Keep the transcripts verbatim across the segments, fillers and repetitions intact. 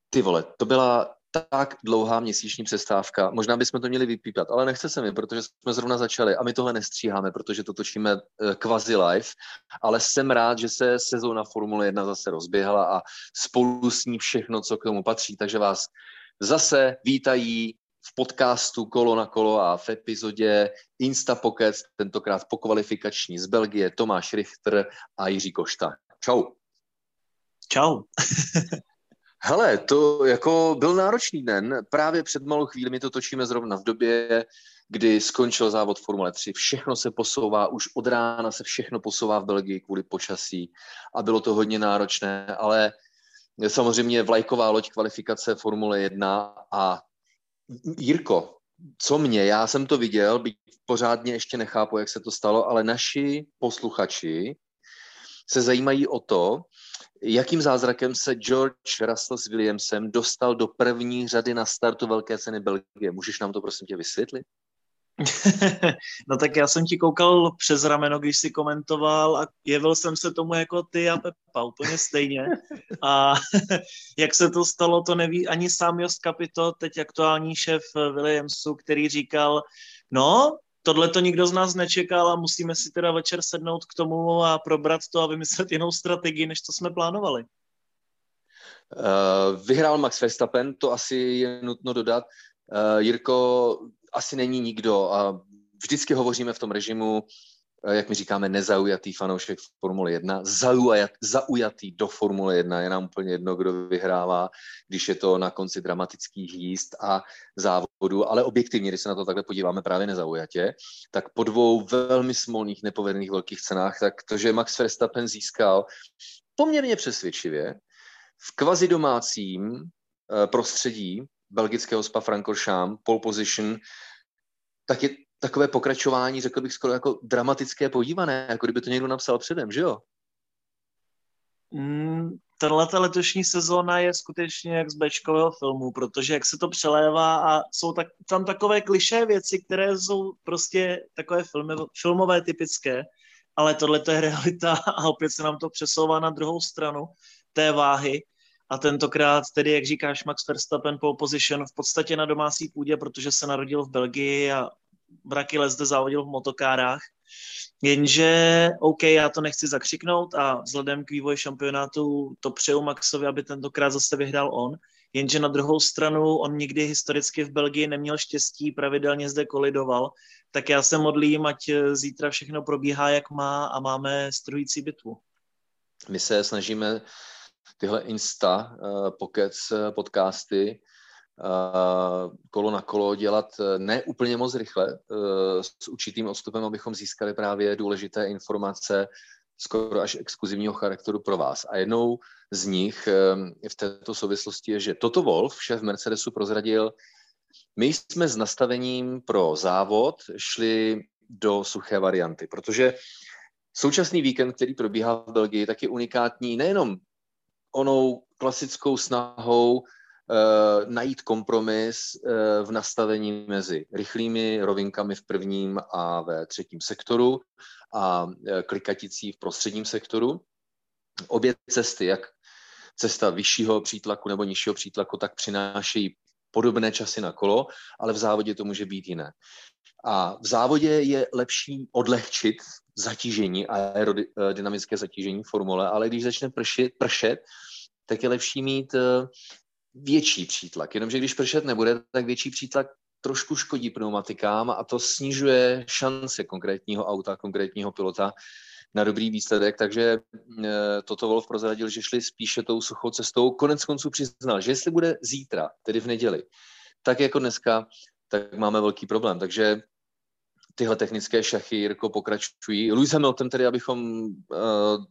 Ty vole, to byla tak dlouhá měsíční přestávka. Možná bychom to měli vypípat, ale nechce se mi, protože jsme zrovna začali a my tohle nestříháme, protože to točíme quasi live, ale jsem rád, že se sezóna Formule jedna zase rozběhla a spolu s ní všechno, co k tomu patří. Takže vás zase vítají v podcastu Kolo na kolo a v epizodě Instapocket, tentokrát pokvalifikační z Belgie, Tomáš Richter a Jiří Košta. Čau. Čau. Hele, to jako byl náročný den. Právě před malou chvíli my to točíme zrovna v době, kdy skončil závod Formule tři. Všechno se posouvá, už od rána se všechno posouvá v Belgii kvůli počasí a bylo to hodně náročné, ale samozřejmě vlajková loď kvalifikace Formule jedna a Jirko, co mě, já jsem to viděl, byť pořádně ještě nechápu, jak se to stalo, ale naši posluchači se zajímají o to, jakým zázrakem se George Russell s Williamsem dostal do první řady na startu Velké ceny Belgie. Můžeš nám to prosím tě vysvětlit? No tak já jsem ti koukal přes rameno, když jsi komentoval a jevil jsem se tomu jako ty a Pepa, úplně stejně. A jak se to stalo, to neví ani sám Jost Capito, teď aktuální šéf Williamsu, který říkal, no, tohle to nikdo z nás nečekal a musíme si teda večer sednout k tomu a probrat to a vymyslet jinou strategii, než to jsme plánovali. Uh, vyhrál Max Verstappen, to asi je nutno dodat. Uh, Jirko, asi není nikdo a vždycky hovoříme v tom režimu, jak my říkáme, nezaujatý fanoušek Formule jedna, zaujat, zaujatý do Formule jedna, je nám úplně jedno, kdo vyhrává, když je to na konci dramatických jízd a závodů, ale objektivně, když se na to takhle podíváme právě nezaujatě, tak po dvou velmi smolných, nepovedených velkých cenách, tak to, že Max Verstappen získal poměrně přesvědčivě v kvazi domácím prostředí belgického Spa-Francorchamps, pole position, tak je takové pokračování, řekl bych skoro jako dramatické podívané, jako kdyby to někdo napsal předem, že jo? Mm, tato letošní sezóna je skutečně jak z béčkového filmu, protože jak se to přelévá a jsou tak, tam takové klišé věci, které jsou prostě takové filmy, filmové typické, ale tohle to je realita a opět se nám to přesouvá na druhou stranu té váhy. A tentokrát tedy, jak říkáš, Max Verstappen pole position v podstatě na domácí půdě, protože se narodil v Belgii a Braky zde závodil v motokárách. Jenže, OK, já to nechci zakřiknout a vzhledem k vývoji šampionátu to přeju Maxovi, aby tentokrát zase vyhrál on. Jenže na druhou stranu on nikdy historicky v Belgii neměl štěstí, pravidelně zde kolidoval. Tak já se modlím, ať zítra všechno probíhá, jak má a máme strhující bitvu. My se snažíme tyhle Insta, uh, Pocket podcasty, uh, kolo na kolo dělat ne úplně moc rychle, uh, s určitým odstupem, abychom získali právě důležité informace skoro až exkluzivního charakteru pro vás. A jednou z nich um, v této souvislosti je, že Toto Wolff, šéf Mercedesu, prozradil, my jsme s nastavením pro závod šli do suché varianty, protože současný víkend, který probíhá v Belgii, tak je unikátní nejenom onou klasickou snahou e, najít kompromis e, v nastavení mezi rychlými rovinkami v prvním a ve třetím sektoru a e, klikaticí v prostředním sektoru. Obě cesty, jak cesta vyššího přítlaku nebo nižšího přítlaku, tak přinášejí podobné časy na kolo, ale v závodě to může být jiné. A v závodě je lepší odlehčit zatížení, aerodynamické zatížení formule, ale když začne pršet, pršet, tak je lepší mít větší přítlak. Jenomže když pršet nebude, tak větší přítlak trošku škodí pneumatikám a to snižuje šance konkrétního auta, konkrétního pilota na dobrý výsledek, takže Toto Wolff prozradil, že šli spíše tou suchou cestou. Konec konců přiznal, že jestli bude zítra, tedy v neděli, tak jako dneska, tak máme velký problém. Takže tyhle technické šachy, Jirko, pokračují. Lewis Hamilton, tedy abychom uh,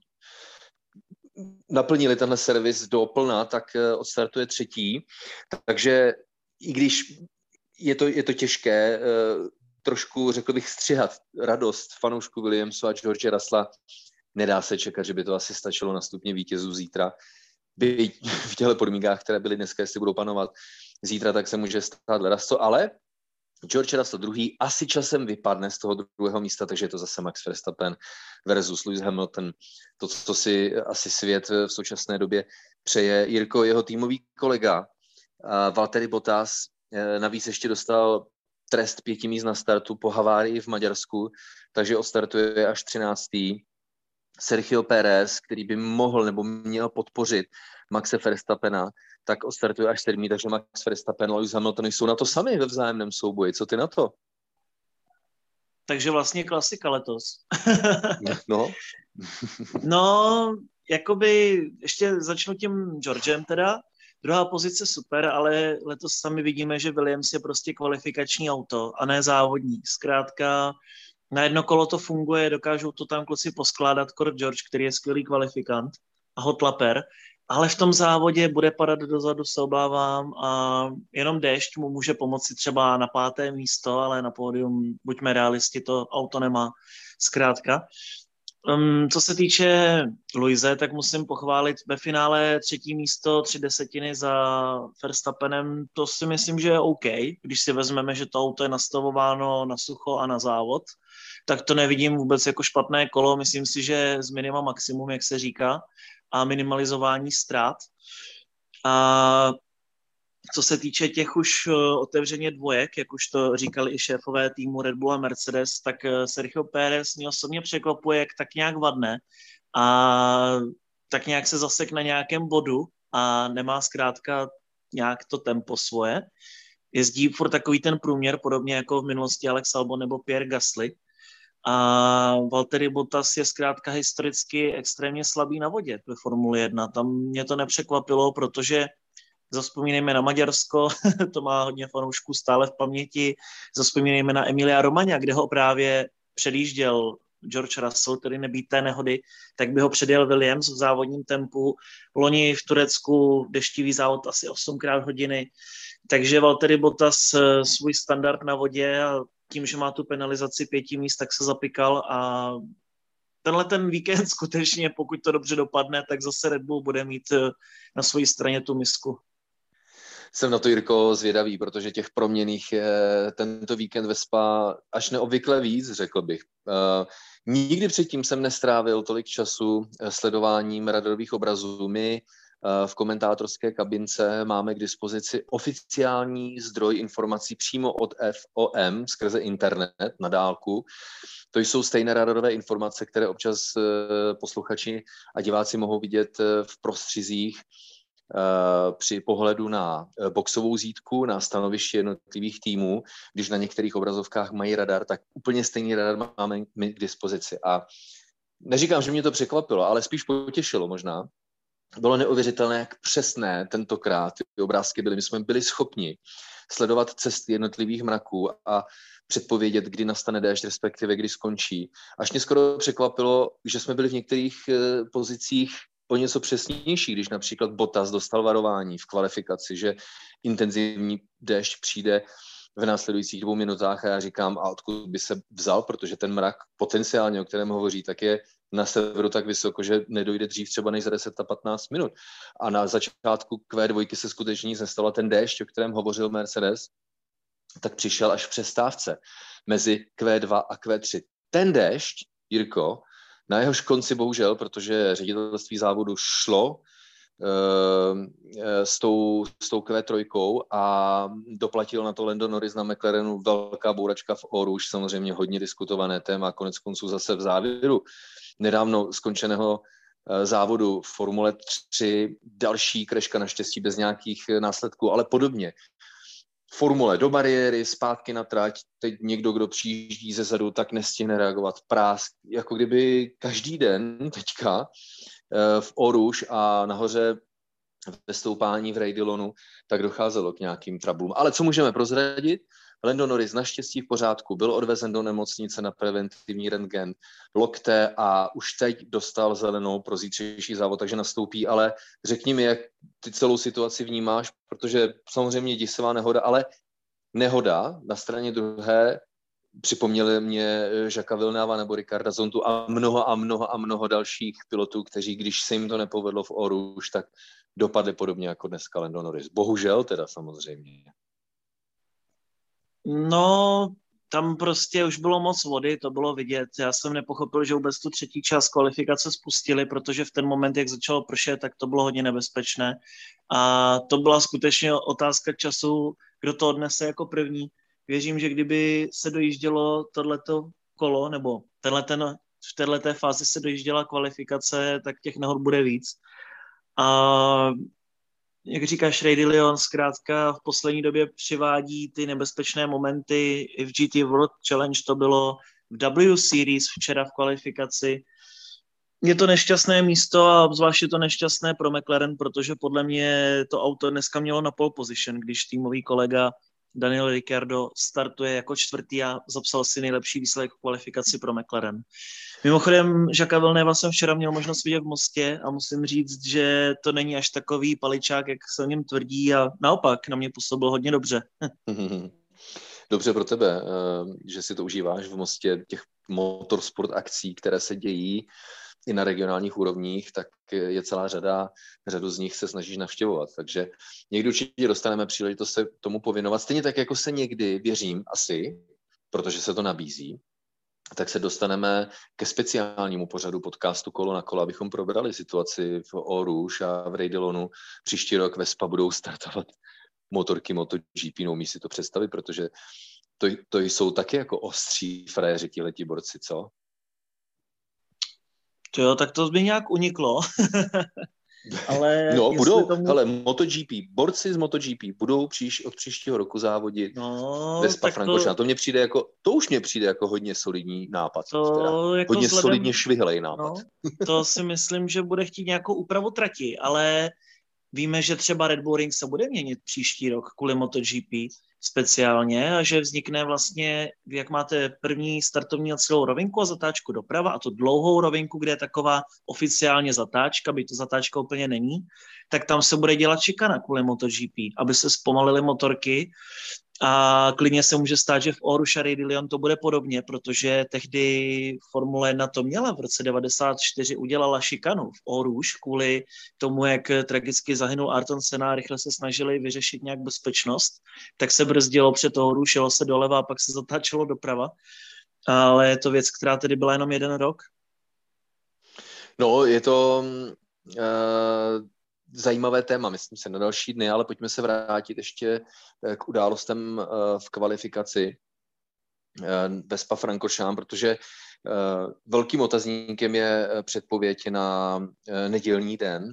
naplnili tenhle servis do plna, tak uh, odstartuje třetí. Takže i když je to, je to těžké, uh, trošku, řekl bych, střihat radost fanoušku Williamsu a George Russella, nedá se čekat, že by to asi stačilo na stupně vítězů zítra. Byť v těchto podmínkách, které byly dneska, jestli budou panovat zítra, tak se může stát ledasto, ale George Russell druhý asi časem vypadne z toho druhého místa, takže je to zase Max Verstappen versus Lewis Hamilton. To, co si asi svět v současné době přeje. Jirko, jeho týmový kolega Valtteri Bottas navíc ještě dostal trest pěti míst na startu po havárii v Maďarsku, takže odstartuje až třináctý Sergio Pérez, který by mohl nebo měl podpořit Maxe Verstappena, tak odstartuje až sedmý, takže Max Verstappen a Lewis Hamilton jsou na to sami ve vzájemném souboji. Co ty na to? Takže vlastně klasika letos. No. No, jakoby ještě začnu tím Georgem teda. Druhá pozice super, ale letos sami vidíme, že Williams je prostě kvalifikační auto a ne závodní. Zkrátka na jedno kolo to funguje, dokážou to tam kluci poskládat, kor George, který je skvělý kvalifikant a hotlaper, ale v tom závodě bude padat dozadu, se obávám, a jenom déšť mu může pomoci třeba na páté místo, ale na pódium, buďme realisti, to auto nemá zkrátka. Um, co se týče Luise, tak musím pochválit ve finále třetí místo, tři desetiny za Verstappenem, to si myslím, že je OK, když si vezmeme, že to auto je nastavováno na sucho a na závod, tak to nevidím vůbec jako špatné kolo, myslím si, že z minima maximum, jak se říká, a minimalizování ztrát. A co se týče těch už otevřeně dvojek, jak už to říkali i šéfové týmu Red Bull a Mercedes, tak Sergio Pérez mě osobně překvapuje, jak tak nějak vadne a tak nějak se zasek na nějakém bodu a nemá zkrátka nějak to tempo svoje. Jezdí furt takový ten průměr, podobně jako v minulosti Alex Albon nebo Pierre Gasly. A Valtteri Bottas je zkrátka historicky extrémně slabý na vodě ve Formuli jedna. Tam mě to nepřekvapilo, protože zavzpomínejme na Maďarsko, to má hodně fanoušků stále v paměti, zavzpomínejme na Emilia Romagna, kde ho právě předjížděl George Russell, který nebýt té nehody, tak by ho předjel Williams v závodním tempu. Loni v Turecku deštivý závod asi osmkrát hodiny, takže Valtteri Bottas svůj standard na vodě a tím, že má tu penalizaci pěti míst, tak se zapikal a tenhle ten víkend skutečně, pokud to dobře dopadne, tak zase Red Bull bude mít na své straně tu misku. Jsem na to, Jirko, zvědavý, protože těch proměnných je tento víkend ve Spa až neobvykle víc, řekl bych. Nikdy předtím jsem nestrávil tolik času sledováním radarových obrazů. My v komentátorské kabince máme k dispozici oficiální zdroj informací přímo od F O M skrze internet na dálku. To jsou stejné radarové informace, které občas posluchači a diváci mohou vidět v prostřizích při pohledu na boxovou zítku, na stanoviště jednotlivých týmů. Když na některých obrazovkách mají radar, tak úplně stejný radar máme my k dispozici. A neříkám, že mě to překvapilo, ale spíš potěšilo možná. Bylo neuvěřitelné, jak přesné tentokrát ty obrázky byly. My jsme byli schopni sledovat cesty jednotlivých mraků a předpovědět, kdy nastane déšť, respektive kdy skončí. Až mě skoro překvapilo, že jsme byli v některých pozicích o něco přesnější, když například Bottas dostal varování v kvalifikaci, že intenzivní déšť přijde v následujících dvou minutách a já říkám, a odkud by se vzal, protože ten mrak potenciálně, o kterém hovoří, tak je na severu tak vysoko, že nedojde dřív třeba než za deset a patnáct minut. A na začátku Q dva se skutečně nic nestalo. Ten déšť, o kterém hovořil Mercedes, tak přišel až v přestávce mezi Q dva a Q tři. Ten déšť, Jirko, na jehož konci bohužel, protože ředitelství závodu šlo uh, s tou, s tou Q tři a doplatil na to Lando Norris na McLarenu, velká bouračka v Eau Rouge, samozřejmě hodně diskutované téma, konec konců zase v závěru nedávno skončeného závodu v Formule tři, další kreška naštěstí bez nějakých následků, ale podobně. Formule do bariéry, zpátky na trať, teď někdo, kdo přijíždí ze zadu, tak nestihne reagovat, prásk, jako kdyby každý den teďka v Eau Rouge a nahoře ve stoupání v Raidillonu, tak docházelo k nějakým trablům. Ale co můžeme prozradit? Lando Norris naštěstí v pořádku, byl odvezen do nemocnice na preventivní rentgen lokte a už teď dostal zelenou pro zítřejší závod, takže nastoupí, ale řekni mi, jak ty celou situaci vnímáš, protože samozřejmě děsivá nehoda, ale nehoda na straně druhé připomněli mě Jacquesa Villeneuva nebo Ricarda Zontu a mnoho a mnoho a mnoho dalších pilotů, kteří, když se jim to nepovedlo v Eau Rouge, tak dopadli podobně jako dneska Lando Norris. Bohužel teda samozřejmě. No, tam prostě už bylo moc vody, to bylo vidět. Já jsem nepochopil, že vůbec tu třetí část kvalifikace spustili, protože v ten moment, jak začalo pršet, tak to bylo hodně nebezpečné. A to byla skutečně otázka času, kdo to odnese jako první. Věřím, že kdyby se dojíždělo tohleto kolo, nebo tenhle ten, v této fázi se dojížděla kvalifikace, tak těch nehod bude víc. A jak říkáš, Ray Dillon zkrátka v poslední době přivádí ty nebezpečné momenty. I v G T World Challenge to bylo, v W Series včera v kvalifikaci. Je to nešťastné místo a obzvláště to nešťastné pro McLaren, protože podle mě to auto dneska mělo na pole position, když týmový kolega Daniel Ricciardo startuje jako čtvrtý a zapsal si nejlepší výsledek v kvalifikaci pro McLaren. Mimochodem, Jacquesa Villeneuva jsem včera měl možnost vidět v Mostě a musím říct, že to není až takový paličák, jak se o něm tvrdí, a naopak na mě působil hodně dobře. Dobře pro tebe, že si to užíváš v Mostě, těch motorsport akcí, které se dějí i na regionálních úrovních, tak je celá řada, řadu z nich se snažíš navštěvovat. Takže někdy určitě dostaneme příležitost se tomu pověnovat. Stejně tak, jako se někdy, věřím, asi, protože se to nabízí, tak se dostaneme ke speciálnímu pořadu podcastu Kolo na kolo, abychom probrali situaci v Eau Rouge a v Ray Dillonu. Příští rok ve Spa budou startovat motorky MotoGP, no umí si to představit, protože to, to jsou taky jako ostří frajeři tihleti borci, co? To jo, tak to by nějak uniklo. Ale no, budou, tomu... hele, MotoGP, borci z MotoGP budou příš, od příštího roku závodit no, ve Spa-Francorchamps. To... to mě přijde jako, to už mě přijde jako hodně solidní nápad. To teda. jako Hodně vzhledem... solidně švihlej nápad. No, to si myslím, že bude chtít nějakou úpravu trati, ale víme, že třeba Red Bull Ring se bude měnit příští rok kvůli MotoGP speciálně a že vznikne vlastně, jak máte první startovní a celou rovinku a zatáčku doprava a tu dlouhou rovinku, kde je taková oficiálně zatáčka, byť to zatáčka úplně není, tak tam se bude dělat šikana kvůli MotoGP, aby se zpomalily motorky. A klidně se může stát, že v Eau Rouge a Ray Dillon to bude podobně, protože tehdy Formule jedna to měla v roce devadesát čtyři, udělala šikanu v Eau Rouge kvůli tomu, jak tragicky zahynul Ayrton Senna a rychle se snažili vyřešit nějak bezpečnost, tak se brzdilo před Eau Rouge, šelo se doleva a pak se zatáčelo doprava. Ale je to věc, která tedy byla jenom jeden rok. No, je to... Uh... zajímavé téma, myslím se, na další dny, ale pojďme se vrátit ještě k událostem v kvalifikaci ve Spa-Francorchamps, protože velkým otazníkem je předpověď na nedělní den.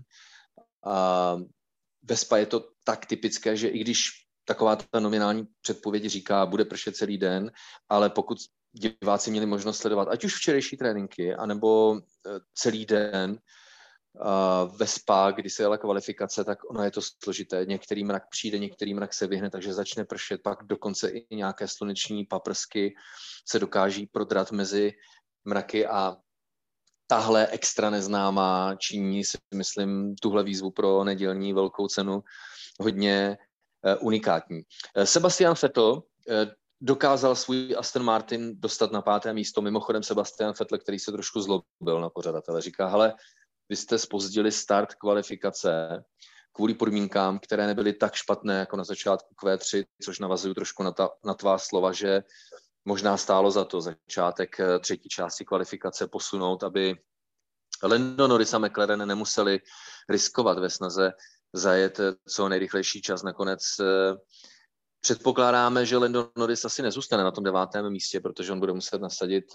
A ve Spa je to tak typické, že i když taková ta nominální předpověď říká, bude pršet celý den, ale pokud diváci měli možnost sledovat ať už včerejší tréninky, anebo celý den, Uh, ve Spa, kdy se jela kvalifikace, tak ono je to složité. Některý mrak přijde, některý mrak se vyhne, takže začne pršet, pak dokonce i nějaké sluneční paprsky se dokáží prodrat mezi mraky a tahle extra neznámá činí si myslím tuhle výzvu pro nedělní velkou cenu hodně uh, unikátní. Uh, Sebastian Vettel uh, dokázal svůj Aston Martin dostat na páté místo. Mimochodem Sebastian Vettel, který se trošku zlobil na pořadatele, říká, hele, vy jste zpozdili start kvalifikace kvůli podmínkám, které nebyly tak špatné jako na začátku Q tři, což navazuju trošku na, ta, na tvá slova, že možná stálo za to začátek třetí části kvalifikace posunout, aby Lando Norris a McLaren nemuseli riskovat ve snaze zajet co nejrychlejší čas. Nakonec předpokládáme, že Lando Norris asi nezůstane na tom devátém místě, protože on bude muset nasadit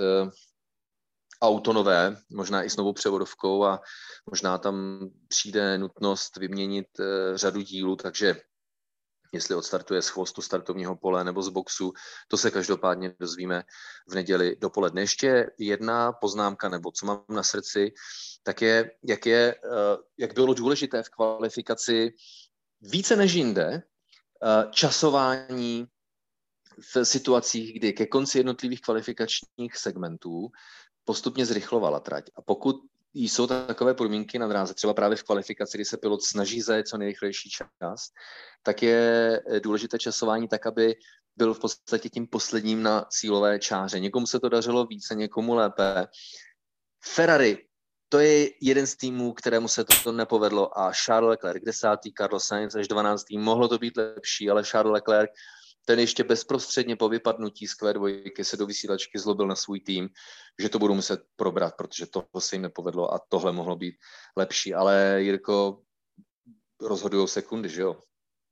auto nové, možná i s novou převodovkou a možná tam přijde nutnost vyměnit uh, řadu dílů, takže jestli odstartuje z chvostu startovního pole nebo z boxu, to se každopádně dozvíme v neděli dopoledne. Ještě jedna poznámka, nebo co mám na srdci, tak je, jak, je, uh, jak bylo důležité v kvalifikaci více než jinde uh, časování v situacích, kdy ke konci jednotlivých kvalifikačních segmentů postupně zrychlovala trať. A pokud jsou takové podmínky na dráze, třeba právě v kvalifikaci, kdy se pilot snaží zajet co nejrychlejší čas, tak je důležité časování tak, aby byl v podstatě tím posledním na cílové čáře. Někomu se to dařilo více, někomu lépe. Ferrari, to je jeden z týmů, kterému se to nepovedlo a Charles Leclerc desátý, Carlos Sainz až dvanáctý. Mohlo to být lepší, ale Charles Leclerc ten ještě bezprostředně po vypadnutí z Q dva se do vysílačky zlobil na svůj tým, že to budou muset probrat, protože toho se jim nepovedlo a tohle mohlo být lepší. Ale Jirko, rozhodujou sekundy, že jo?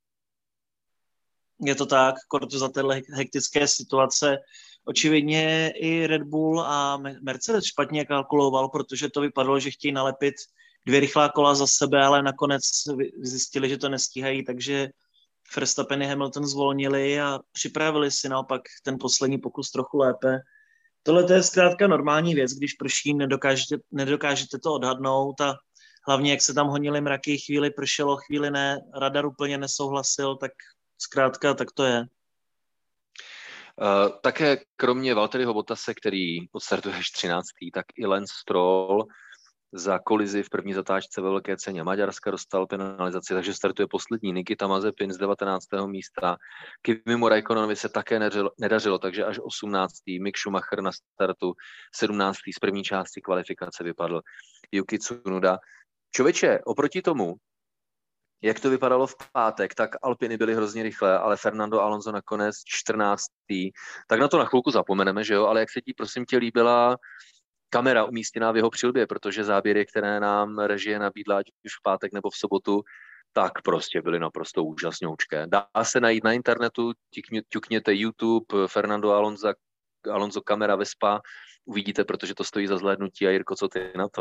Je to tak, korto za téhle hektické situace. Očividně i Red Bull a Mercedes špatně kalkuloval, protože to vypadalo, že chtějí nalepit dvě rychlá kola za sebe, ale nakonec zjistili, že to nestíhají, takže Verstappen i Hamilton zvolnili a připravili si naopak ten poslední pokus trochu lépe. Tohle to je zkrátka normální věc, když prší, nedokážete, nedokážete to odhadnout a hlavně, jak se tam honili mraky, chvíli pršelo, chvíli ne, radar úplně nesouhlasil, tak zkrátka tak to je. Uh, také kromě Valtteriho Bottase, který odstartuje až třináctý, tak i Lance Stroll za kolizi v první zatáčce ve velké ceně Maďarska dostal penalizaci, takže startuje poslední. Nikita Mazepin z devatenáctého místa. Kimimu Raikkonovi se také nedařilo, nedařilo, takže až osmnáctý Mick Schumacher na startu, sedmnáctý z první části kvalifikace vypadl Yuki Tsunoda. Člověče, oproti tomu, jak to vypadalo v pátek, tak Alpiny byly hrozně rychlé, ale Fernando Alonso nakonec čtrnáctý. Tak na to na chvilku zapomeneme, že jo, ale jak se ti prosím tě líbila kamera umístěná v jeho přilbě, protože záběry, které nám režie nabídla, ať už v pátek nebo v sobotu, tak prostě byly naprosto úžasňoučké. Dá se najít na internetu, ťukněte YouTube, Fernando Alonso, Alonso kamera ve Spa, uvidíte, protože to stojí za zhlédnutí. A Jirko, co ty na to?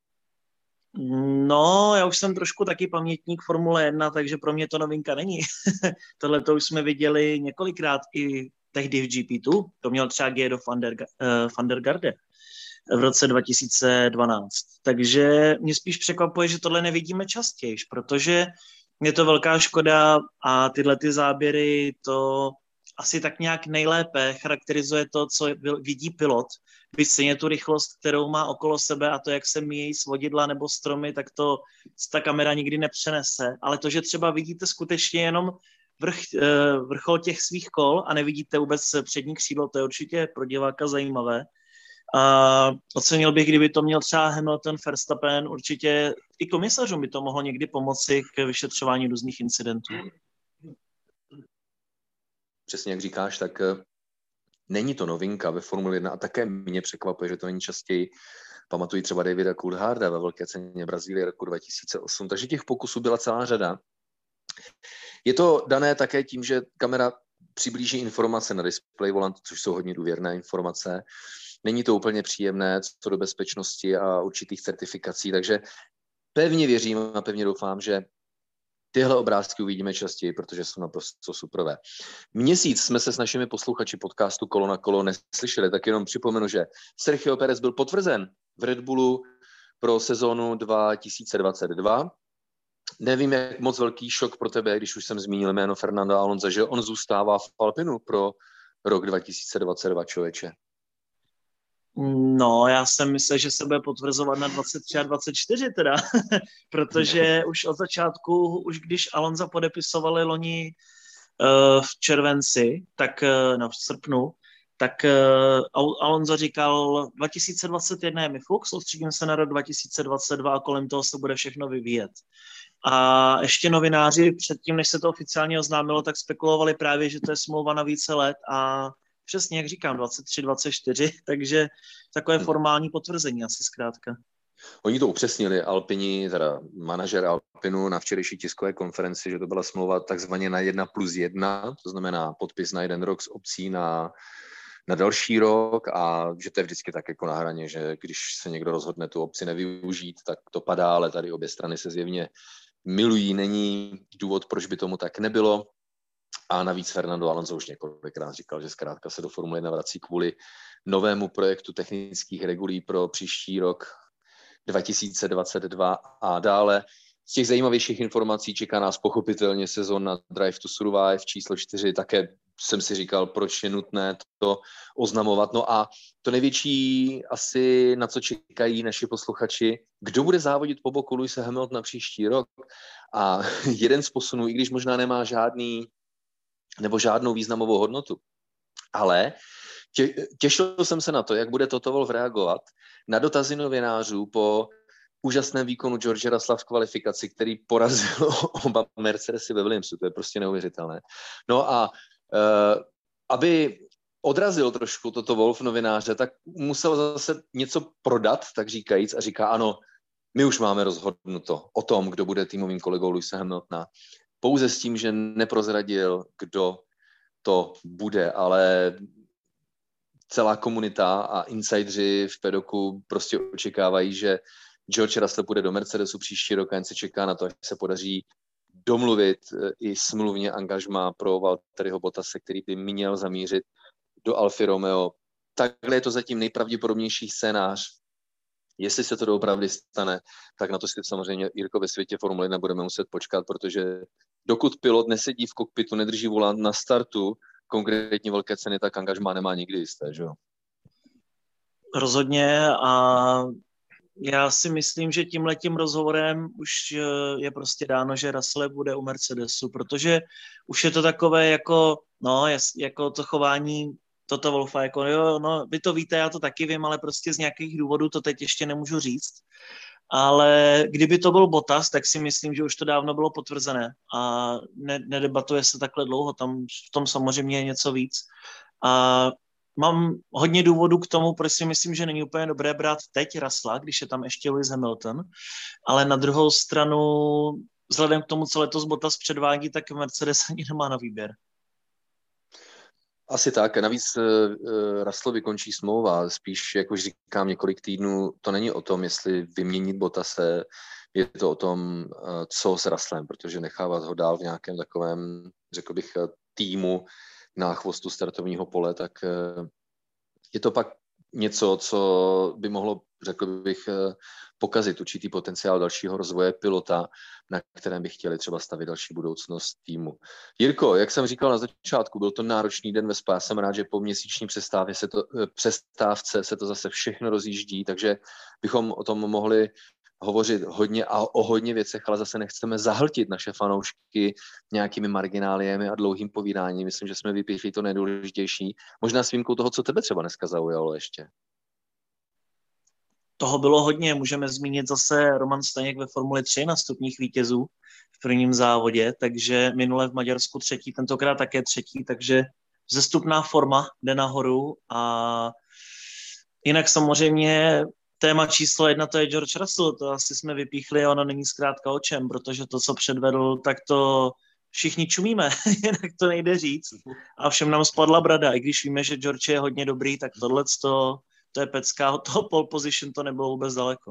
No, já už jsem trošku taky pamětník Formule jedna, takže pro mě to novinka není. Tohle to už jsme viděli několikrát i tehdy v G P dva. To měl třeba Guido van der, uh, van der Garde v roce dva tisíce dvanáct. Takže mě spíš překvapuje, že tohle nevidíme častěji, protože je to velká škoda a tyhle ty záběry to asi tak nějak nejlépe charakterizuje to, co vidí pilot. Byť stejně tu rychlost, kterou má okolo sebe a to, jak se míjejí svodidla nebo stromy, tak to ta kamera nikdy nepřenese. Ale to, že třeba vidíte skutečně jenom vrch, vrchol těch svých kol a nevidíte vůbec přední křídlo, to je určitě pro diváka zajímavé. A ocenil bych, kdyby to měl třeba Hamilton, Verstappen, určitě i komisařům by to mohlo někdy pomoci k vyšetřování různých incidentů. Přesně jak říkáš, tak není to novinka ve Formule jedna a také mě překvapuje, že to není častěji. Pamatuji třeba Davida Coultharda ve velké ceně Brazílie roku dva tisíce osm, takže těch pokusů byla celá řada. Je to dané také tím, že kamera přiblíží informace na displeji volantu, což jsou hodně důvěrné informace. Není to úplně příjemné co do bezpečnosti a určitých certifikací, takže pevně věřím a pevně doufám, že tyhle obrázky uvidíme častěji, protože jsou naprosto superové. Měsíc jsme se s našimi posluchači podcastu Kolo na kolo neslyšeli, tak jenom připomenu, že Sergio Pérez byl potvrzen v Red Bullu pro sezónu dva tisíce dvacet dva. Nevím, jak moc velký šok pro tebe, když už jsem zmínil jméno Fernanda Alonso, že on zůstává v Alpinu pro rok dva tisíce dvacet dva, člověče. No, já jsem myslel, že se bude potvrzovat na dvacet tři a dvacet čtyři teda, protože už od začátku, už když Alonso podepisovali loni uh, v červenci, tak uh, no, v srpnu, tak uh, Alonso říkal, dva tisíce dvacet jedna je mi fuk, soustředím se na rok dva tisíce dvacet dva a kolem toho se bude všechno vyvíjet. A ještě novináři předtím, než se to oficiálně oznámilo, tak spekulovali právě, že to je smlouva na více let a přesně, jak říkám, dvacet tři dvacet čtyři, takže takové formální potvrzení asi zkrátka. Oni to upřesnili, Alpini, teda manažer Alpinu na včerejší tiskové konferenci, že to byla smlouva takzvaně na jedna plus jedna, to znamená podpis na jeden rok s opcí na, na další rok a že to je vždycky tak jako na hraně, že když se někdo rozhodne tu opci nevyužít, tak to padá, ale tady obě strany se zjevně milují, není důvod, proč by tomu tak nebylo. A navíc Fernando Alonso už několikrát říkal, že zkrátka se do Formule jedna vrací kvůli novému projektu technických regulí pro příští rok dva tisíce dvacet dva a dále. Z těch zajímavějších informací čeká nás pochopitelně sezóna Drive to Survive číslo čtyři, také jsem si říkal, proč je nutné to oznamovat. No a to největší asi, na co čekají naši posluchači, kdo bude závodit po boku Lewise Hamiltona příští rok. A jeden z posunů, i když možná nemá žádný nebo žádnou významovou hodnotu, ale tě, těšil jsem se na to, jak bude Toto Wolff reagovat na dotazy novinářů po úžasném výkonu George Russella v kvalifikaci, který porazil oba Mercedesy ve Williamsu. To je prostě neuvěřitelné. No a aby odrazil trošku toto Wolf novináře, tak musel zase něco prodat, tak říkajíc, a říká, ano, my už máme rozhodnuto o tom, kdo bude týmovým kolegou Lewise Hamiltona. Pouze s tím, že neprozradil, kdo to bude, ale celá komunita a insidři v pedoku prostě očekávají, že George Russell půjde do Mercedesu příští rok a jen se čeká na to, až se podaří domluvit i smluvně angažmá pro Valtteriho Bottase, který by měl zamířit do Alfy Romeo. Takhle je to zatím nejpravděpodobnější scénář. Jestli se to doopravdy stane, tak na to si samozřejmě, Jirko, ve světě Formule jedna budeme muset počkat, protože dokud pilot nesedí v kokpitu, nedrží volant na startu, konkrétně velké ceny, tak angažmá nemá nikdy jisté, že jo? Rozhodně a já si myslím, že tímhletím rozhovorem už je prostě dáno, že Russell bude u Mercedesu, protože už je to takové jako, no, jako to chování Toto Wolfa, jako jo, no, vy to víte, já to taky vím, ale prostě z nějakých důvodů to teď ještě nemůžu říct. Ale kdyby to byl Bottas, tak si myslím, že už to dávno bylo potvrzené a ne, nedebatuje se takhle dlouho, tam v tom samozřejmě je něco víc. A mám hodně důvodů k tomu, proč si myslím, že není úplně dobré brát teď Russella, když je tam ještě Lewis Hamilton, ale na druhou stranu, vzhledem k tomu, co letos Bottas předvádí, tak Mercedes ani nemá na výběr. Asi tak. Navíc uh, Russellovi končí smlouva. Spíš, jak už říkám, několik týdnů, to není o tom, jestli vyměnit Bottase, je to o tom, uh, co s Russellem, protože nechávat ho dál v nějakém takovém, řekl bych, týmu na chvostu startovního pole, tak uh, je to pak něco, co by mohlo, řekl bych, pokazit určitý potenciál dalšího rozvoje pilota, na kterém by chtěli třeba stavit další budoucnost týmu. Jirko, jak jsem říkal na začátku, byl to náročný den ve Spa, jsem rád, že po měsíční přestávce se to, přestávce se to zase všechno rozjíždí, takže bychom o tom mohli hovořit hodně a o hodně věcech, ale zase nechceme zahltit naše fanoušky nějakými margináliemi a dlouhým povídáním. Myslím, že jsme vypíchli to nejdůležitější. Možná s výjimkou toho, co tebe třeba dneska zaujalo ještě. Toho bylo hodně. Můžeme zmínit zase Roman Staněk ve Formuli tři na stupních vítězů v prvním závodě, takže minule v Maďarsku třetí, tentokrát také třetí, takže vzestupná forma jde nahoru a jinak samozřejmě téma číslo jedna, to je George Russell, to asi jsme vypíchli a ono není zkrátka o čem, protože to, co předvedl, tak to všichni čumíme, jinak to nejde říct. A všem nám spadla brada, i když víme, že George je hodně dobrý, tak tohle to, to je pecka, od toho pole position to nebylo vůbec daleko.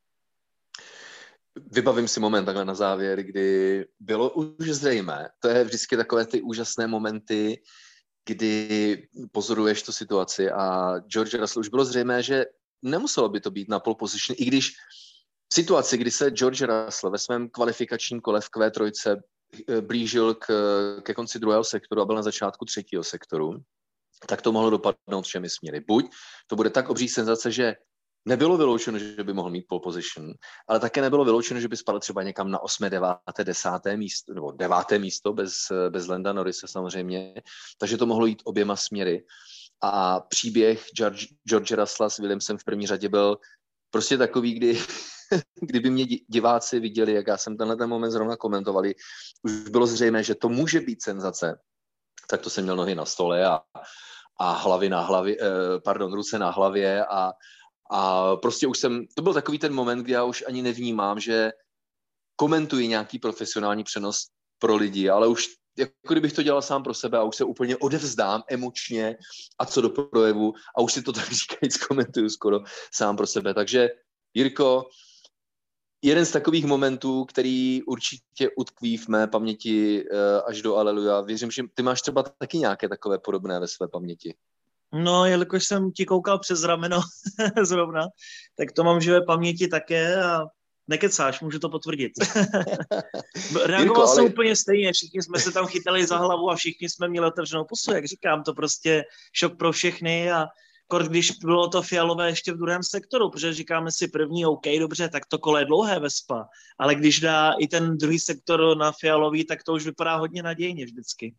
Vybavím si moment takhle na závěr, kdy bylo už zřejmé, to je vždycky takové ty úžasné momenty, kdy pozoruješ tu situaci a George Russell už bylo zřejmé, že nemuselo by to být na pole position, i když v situaci, kdy se George Russell ve svém kvalifikačním kole v Q tři blížil k, ke konci druhého sektoru a byl na začátku třetího sektoru, tak to mohlo dopadnout všemi směry. Buď to bude tak obří senzace, že nebylo vyloučeno, že by mohl mít pole position, ale také nebylo vyloučeno, že by spadl třeba někam na osmé, deváté, desáté místo, nebo deváté místo bez, bez Landa Norrise samozřejmě, takže to mohlo jít oběma směry. A příběh George, George Russella s Williamsem v první řadě byl prostě takový, kdy, kdyby mě diváci viděli, jak já jsem tenhle ten moment zrovna komentovali, už bylo zřejmé, že to může být senzace, tak to jsem měl nohy na stole a, a hlavy na hlavě, pardon, ruce na hlavě a, a prostě už jsem, to byl takový ten moment, kdy já už ani nevnímám, že komentuji nějaký profesionální přenos pro lidi, ale už jako kdybych to dělal sám pro sebe a už se úplně odevzdám emočně a co do projevu a už si to tak říkajíc komentuju skoro sám pro sebe. Takže Jirko, jeden z takových momentů, který určitě utkví v mé paměti až do aleluja. Věřím, že ty máš třeba taky nějaké takové podobné ve své paměti. No, jelikož jsem ti koukal přes rameno zrovna, tak to mám v živé paměti také a nekecáš, můžu to potvrdit. Reagoval Jirko, jsem ale... úplně stejně, všichni jsme se tam chytali za hlavu a všichni jsme měli otevřenou pusu, jak říkám, to prostě šok pro všechny a kort, když bylo to fialové ještě v druhém sektoru, protože říkáme si první, OK, dobře, tak to kolo je dlouhé ve Spa, ale když dá i ten druhý sektor na fialový, tak to už vypadá hodně nadějně vždycky.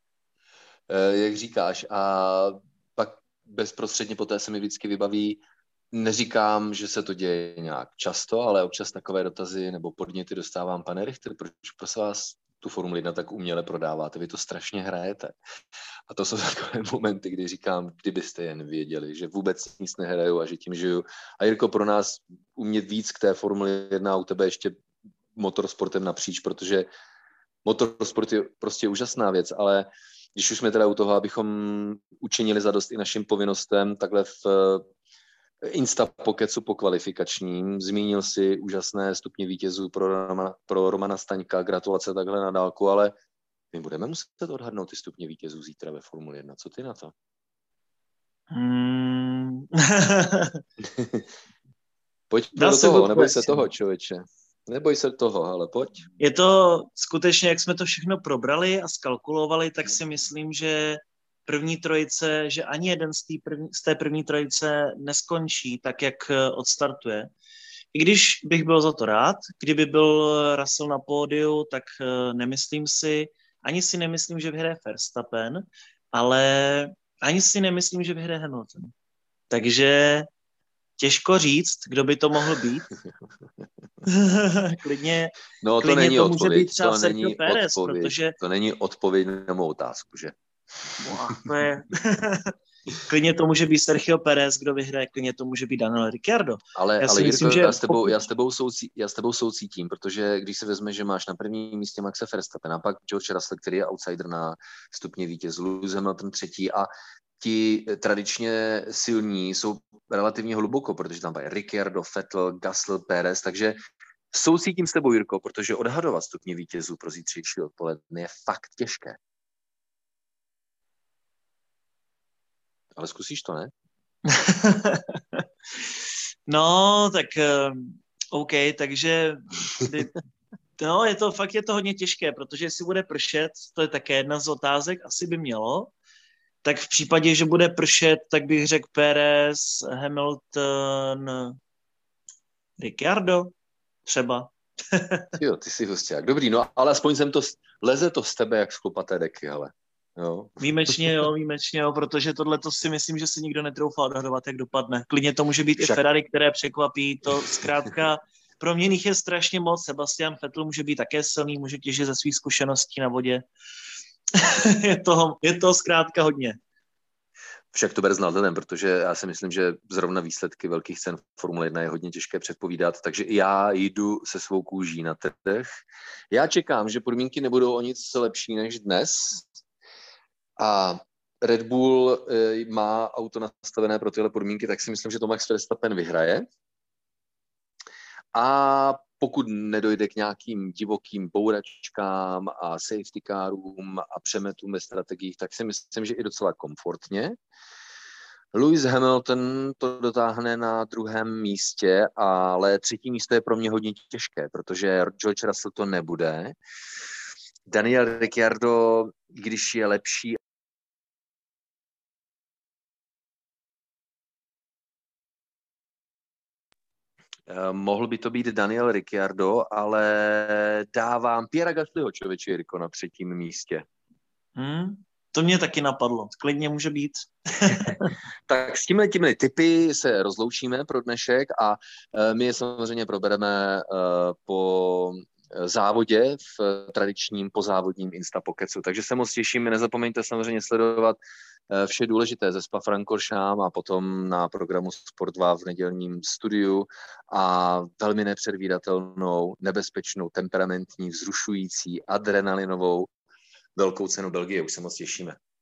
E, jak říkáš, a pak bezprostředně poté se mi vždycky vybaví, neříkám, že se to děje nějak často, ale občas takové dotazy nebo podněty dostávám, pane Richter, proč prosím vás tu Formuli jedna tak uměle prodáváte, vy to strašně hrajete. A to jsou takové momenty, kdy říkám, kdybyste jen věděli, že vůbec nic nehraju a že tím žiju. A Jirko, pro nás umět víc k té Formuli jedna, u tebe ještě motorsportem napříč, protože motorsport je prostě úžasná věc, ale když už jsme teda u toho, abychom učinili zadost i našim povinnostem, takhle v Insta Pokecu po kvalifikačním, zmínil si úžasné stupně vítězů pro Romana, pro Romana Staňka, gratulace takhle na dálku, ale my budeme muset odhadnout ty stupně vítězů zítra ve Formuli jedna. Co ty na to? Hmm. Pojď do toho, neboj se toho, člověče. Neboj se toho, ale pojď. Je to skutečně, jak jsme to všechno probrali a skalkulovali, tak si myslím, že první trojice, že ani jeden z té první, z té první trojice neskončí tak, jak odstartuje. I když bych byl za to rád, kdyby byl Russell na pódiu, tak nemyslím si, ani si nemyslím, že vyhraje Verstappen, ale ani si nemyslím, že vyhraje Hamilton. Takže těžko říct, kdo by to mohl být. klidně no, to klidně není to odpověď, může být třeba to Sergio není Pérez, odpověď, protože... To není odpověď na mou otázku, že? Wow, to je... klidně to může být Sergio Pérez, kdo vyhraje, klidně to může být Daniel Ricciardo. Ale, já ale si Jirko, myslím, že já, s tebou, pokud... já, s tebou soucí, já s tebou soucítím, protože když se vezme, že máš na prvním místě Maxe Verstappena, pak George Russell, který je outsider na stupně vítězů, Lewis Hamilton třetí a ti tradičně silní jsou relativně hluboko, protože tam je Ricciardo, Vettel, Gasly, Pérez, takže soucítím s tebou, Jirko, protože odhadovat stupně vítězů pro zítřejší odpoledne je fakt těžké. Ale zkusíš to, ne? no, tak um, OK, takže no, je to fakt je to hodně těžké, protože jestli bude pršet, to je také jedna z otázek, asi by mělo, tak v případě, že bude pršet, tak bych řekl Pérez, Hamilton, Ricciardo třeba. Jo, ty jsi hosťák. Dobrý, no ale aspoň jsem to, leze to z tebe jak z chlupaté deky, ale jo. Výjimečně jo, výjimečně jo, protože tohle to si myslím, že si nikdo netroufá odhadovat, jak dopadne. Klidně to může být Však... i Ferrari, které překvapí, to zkrátka proměnných je strašně moc. Sebastian Vettel může být také silný, může těžit ze svých zkušeností na vodě. je, toho, je toho zkrátka hodně. Však to ber s nadhledem, protože já si myslím, že zrovna výsledky velkých cen Formule jedna je hodně těžké předpovídat, takže i já jdu se svou kůží na trh. Já čekám, že podmínky nebudou o nic lepší než dnes a Red Bull má auto nastavené pro tyhle podmínky, tak si myslím, že to Max Verstappen vyhraje. A pokud nedojde k nějakým divokým bouračkám a safety carům a přemetům ve strategiích, tak si myslím, že i docela komfortně. Lewis Hamilton to dotáhne na druhém místě, ale třetí místo je pro mě hodně těžké, protože George Russell to nebude. Daniel Ricciardo, když je lepší, mohl by to být Daniel Ricciardo, ale dávám Pierra Gaslyho, člověče, Jirko, na třetím místě. Hmm, to mě taky napadlo. Klidně může být. Tak s těmi, těmi tipy se rozloučíme pro dnešek a my je samozřejmě probereme po závodě v tradičním pozávodním Insta Pokecu. Takže se moc těšíme. Nezapomeňte samozřejmě sledovat vše důležité ze Spa-Francorchamps a potom na programu Sport dva v nedělním studiu a velmi nepředvídatelnou, nebezpečnou, temperamentní, vzrušující, adrenalinovou velkou cenu Belgie. Už se moc těšíme.